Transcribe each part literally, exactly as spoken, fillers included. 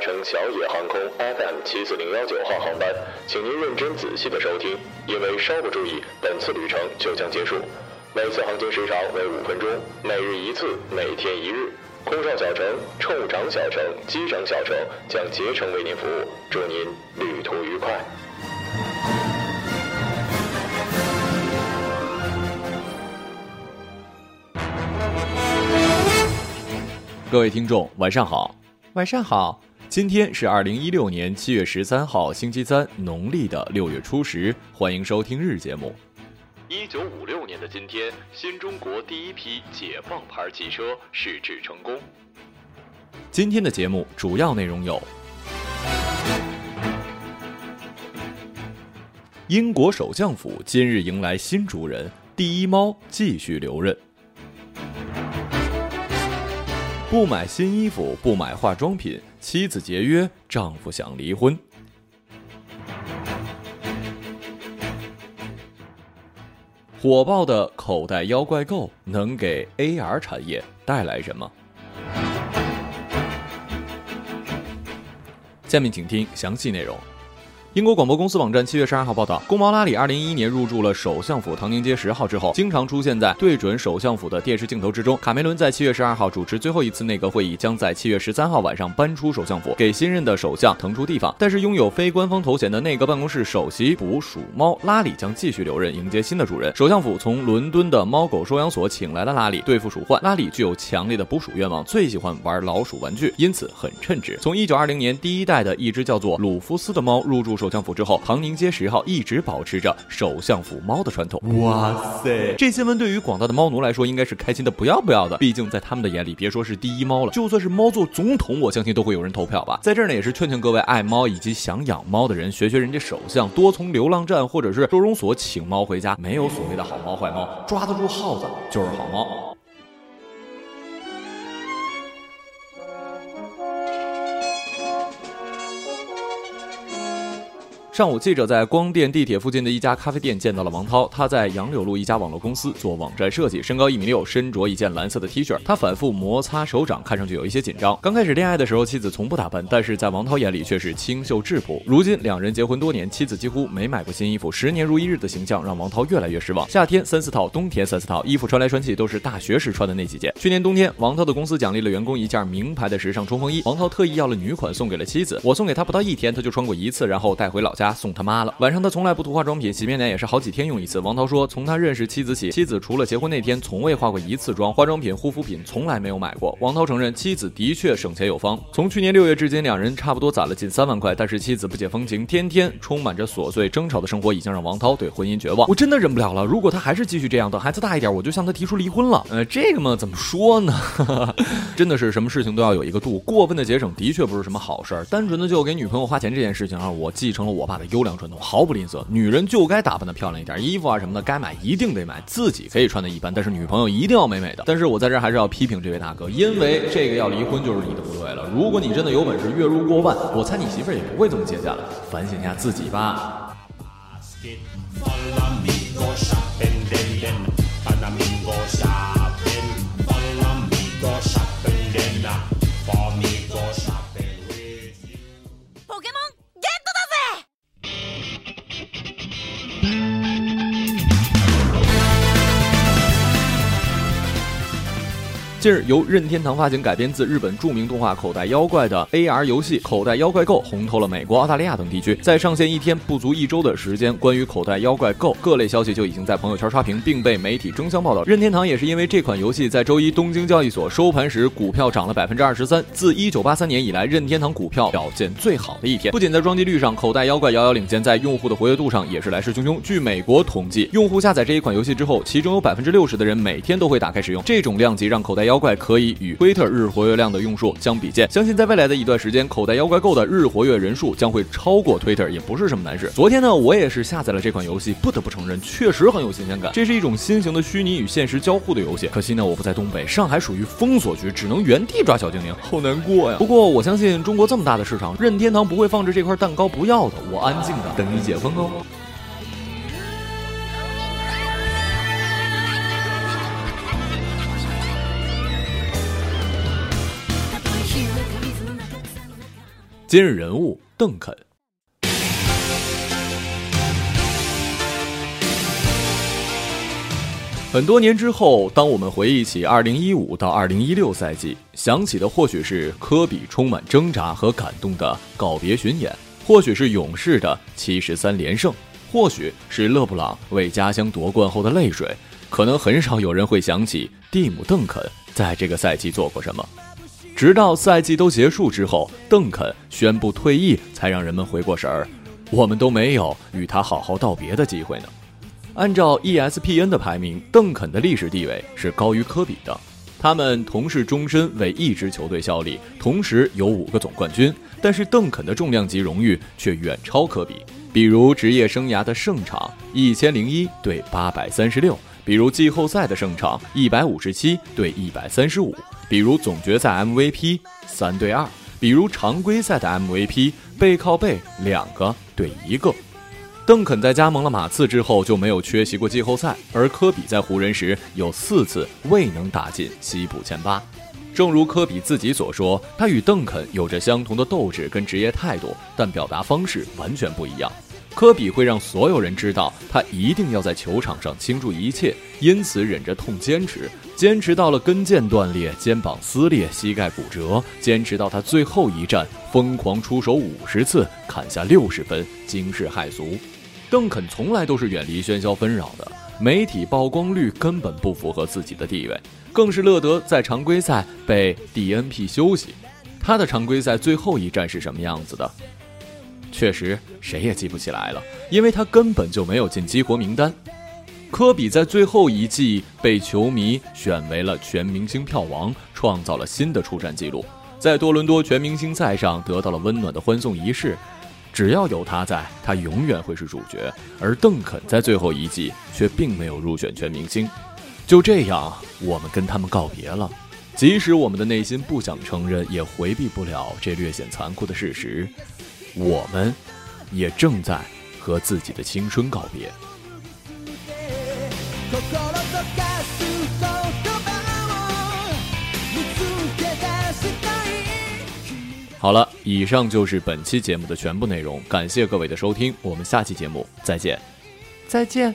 乘小野航空 F M 七四零幺九号航班，请您认真仔细的收听，因为稍不注意，本次旅程就将结束。每次航行时长为五分钟，每日一次，每天一日。空少小乘、乘务长小乘、机长小乘将竭诚为您服务，祝您旅途愉快。 各位听众，晚上好， 晚上好。 今天是二零一六年七月十三号，星期三，农历的六月初十，欢迎收听日节目。一九五六年的今天，新中国第一批解放牌汽车试制成功。今天的节目主要内容有：英国首相府今日迎来新主人，第一猫继续留任；不买新衣服，不买化妆品，妻子节约，丈夫想离婚。火爆的口袋妖怪购能给 A R 产业带来什么？下面请听详细内容。英国广播公司网站七月十二号报道，公猫拉里二零一一年入住了首相府唐宁街十号之后，经常出现在对准首相府的电视镜头之中。卡梅伦在七月十二号主持最后一次内阁会议，将在七月十三号晚上搬出首相府，给新任的首相腾出地方。但是拥有非官方头衔的内阁办公室首席捕鼠猫拉里将继续留任，迎接新的主人。首相府从伦敦的猫狗收养所请来了拉里，对付鼠患。拉里具有强烈的捕鼠愿望，最喜欢玩老鼠玩具，因此很称职。从一九二零年第一代的一只叫做鲁夫斯的猫入驻首相府之后，唐宁街十号一直保持着首相府猫的传统。哇塞，这新闻对于广大的猫奴来说应该是开心的不要不要的，毕竟在他们的眼里，别说是第一猫了，就算是猫做总统，我相信都会有人投票吧。在这儿呢，也是劝劝各位爱猫以及想养猫的人，学学人家首相，多从流浪站或者是收容所请猫回家。没有所谓的好猫坏猫，抓得住耗子就是好猫。上午，记者在光电地铁附近的一家咖啡店见到了王涛。他在杨柳路一家网络公司做网站设计，身高一米六，身着一件蓝色的 T 恤。他反复摩擦手掌，看上去有一些紧张。刚开始恋爱的时候，妻子从不打扮，但是在王涛眼里却是清秀质朴。如今两人结婚多年，妻子几乎没买过新衣服，十年如一日的形象让王涛越来越失望。夏天三四套，冬天三四套，衣服穿来穿去都是大学时穿的那几件。去年冬天，王涛的公司奖励了员工一件名牌的时尚冲锋衣，王涛特意要了女款送给了妻子。我送给他不到一天，他就穿过一次，然后带回老家送他妈了。晚上他从来不涂化妆品，洗面奶也是好几天用一次。王涛说，从他认识妻子起，妻子除了结婚那天从未化过一次妆，化妆品、护肤品从来没有买过。王涛承认，妻子的确省钱有方。从去年六月至今，两人差不多攒了近三万块，但是妻子不解风情，天天充满着琐碎争吵的生活，已经让王涛对婚姻绝望。我真的忍不了了，如果他还是继续这样，等孩子大一点，我就向他提出离婚了。呃，这个嘛，怎么说呢？真的是什么事情都要有一个度，过分的节省的确不是什么好事儿。单纯的就给女朋友花钱这件事情啊，我继承了我爸的优良传统，毫不吝啬。女人就该打扮的漂亮一点，衣服啊什么的该买一定得买，自己可以穿的一般，但是女朋友一定要美美的。但是我在这还是要批评这位大哥，因为这个要离婚就是你的不对了。如果你真的有本事月入过万，我猜你媳妇儿也不会这么节俭了，反省一下自己吧。近日，由任天堂发行改编自日本著名动画《口袋妖怪》的 A R 游戏《口袋妖怪购》红透了美国、澳大利亚等地区。在上线一天不足一周的时间，关于《口袋妖怪购》各类消息就已经在朋友圈刷屏，并被媒体争相报道。任天堂也是因为这款游戏在周一东京交易所收盘时股票涨了 百分之二十三， 自一九八三年以来任天堂股票表现最好的一天。不仅在装机率上，《口袋妖怪》遥遥领先，在用户的活跃度上也是来势汹汹。据美国统计，用户下载这一款游戏之后，其中有 百分之六十 的人每天都会打开使用。这种量级让《口袋妖怪》可以与推特日活跃量的用数相比肩，相信在未来的一段时间，口袋妖怪购的日活跃人数将会超过推特，也不是什么难事。昨天呢，我也是下载了这款游戏，不得不承认，确实很有新鲜感。这是一种新型的虚拟与现实交互的游戏。可惜呢，我不在东北，上海属于封锁区，只能原地抓小精灵，好难过呀。不过我相信中国这么大的市场，任天堂不会放着这块蛋糕不要的，我安静的等你解封哦。 今日人物邓肯。很多年之后，当我们回忆起二零一五到二零一六赛季，想起的或许是科比充满挣扎和感动的告别巡演，或许是勇士的七十三连胜，或许是勒布朗为家乡夺冠后的泪水，可能很少有人会想起蒂姆·邓肯在这个赛季做过什么。直到赛季都结束之后，邓肯宣布退役，才让人们回过神儿，我们都没有与他好好道别的机会呢。按照 E S P N 的排名，邓肯的历史地位是高于科比的。他们同是终身为一支球队效力，同时有五个总冠军，但是邓肯的重量级荣誉却远超科比。比如职业生涯的胜场一千零一对八百三十六，比如季后赛的胜场一百五十七对一百三十五，比如总决赛 M V P 三对二，比如常规赛的 M V P 背靠背两个对一个。邓肯在加盟了马刺之后就没有缺席过季后赛，而科比在湖人时有四次未能打进西部前八。正如科比自己所说，他与邓肯有着相同的斗志跟职业态度，但表达方式完全不一样。科比会让所有人知道他一定要在球场上倾注一切，因此忍着痛坚持，坚持到了跟腱断裂、肩膀撕裂、膝盖骨折，坚持到他最后一战疯狂出手五十次，砍下六十分，惊世骇俗。邓肯从来都是远离喧嚣纷扰的，媒体曝光率根本不符合自己的地位，更是乐得在常规赛被 D N P 休息。他的常规赛最后一战是什么样子的？确实谁也记不起来了，因为他根本就没有进激活名单。科比在最后一季被球迷选为了全明星票王，创造了新的出战记录，在多伦多全明星赛上得到了温暖的欢送仪式。只要有他在，他永远会是主角。而邓肯在最后一季却并没有入选全明星。就这样，我们跟他们告别了。即使我们的内心不想承认，也回避不了这略显残酷的事实，我们也正在和自己的青春告别。好了，以上就是本期节目的全部内容，感谢各位的收听，我们下期节目再见。再见。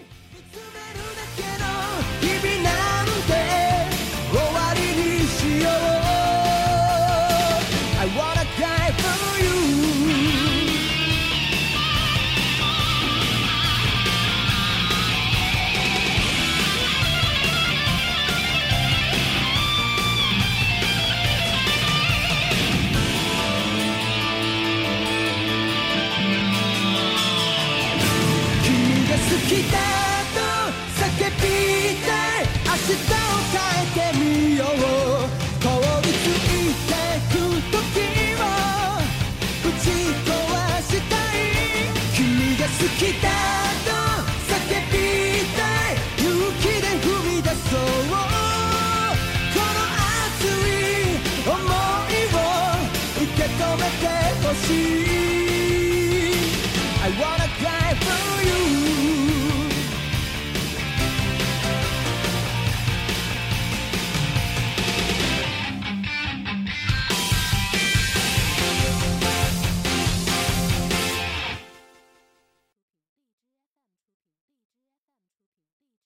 好きだと叫びたい明日を変えてみよう凍りついてく時をぶち壊したい君が好きだ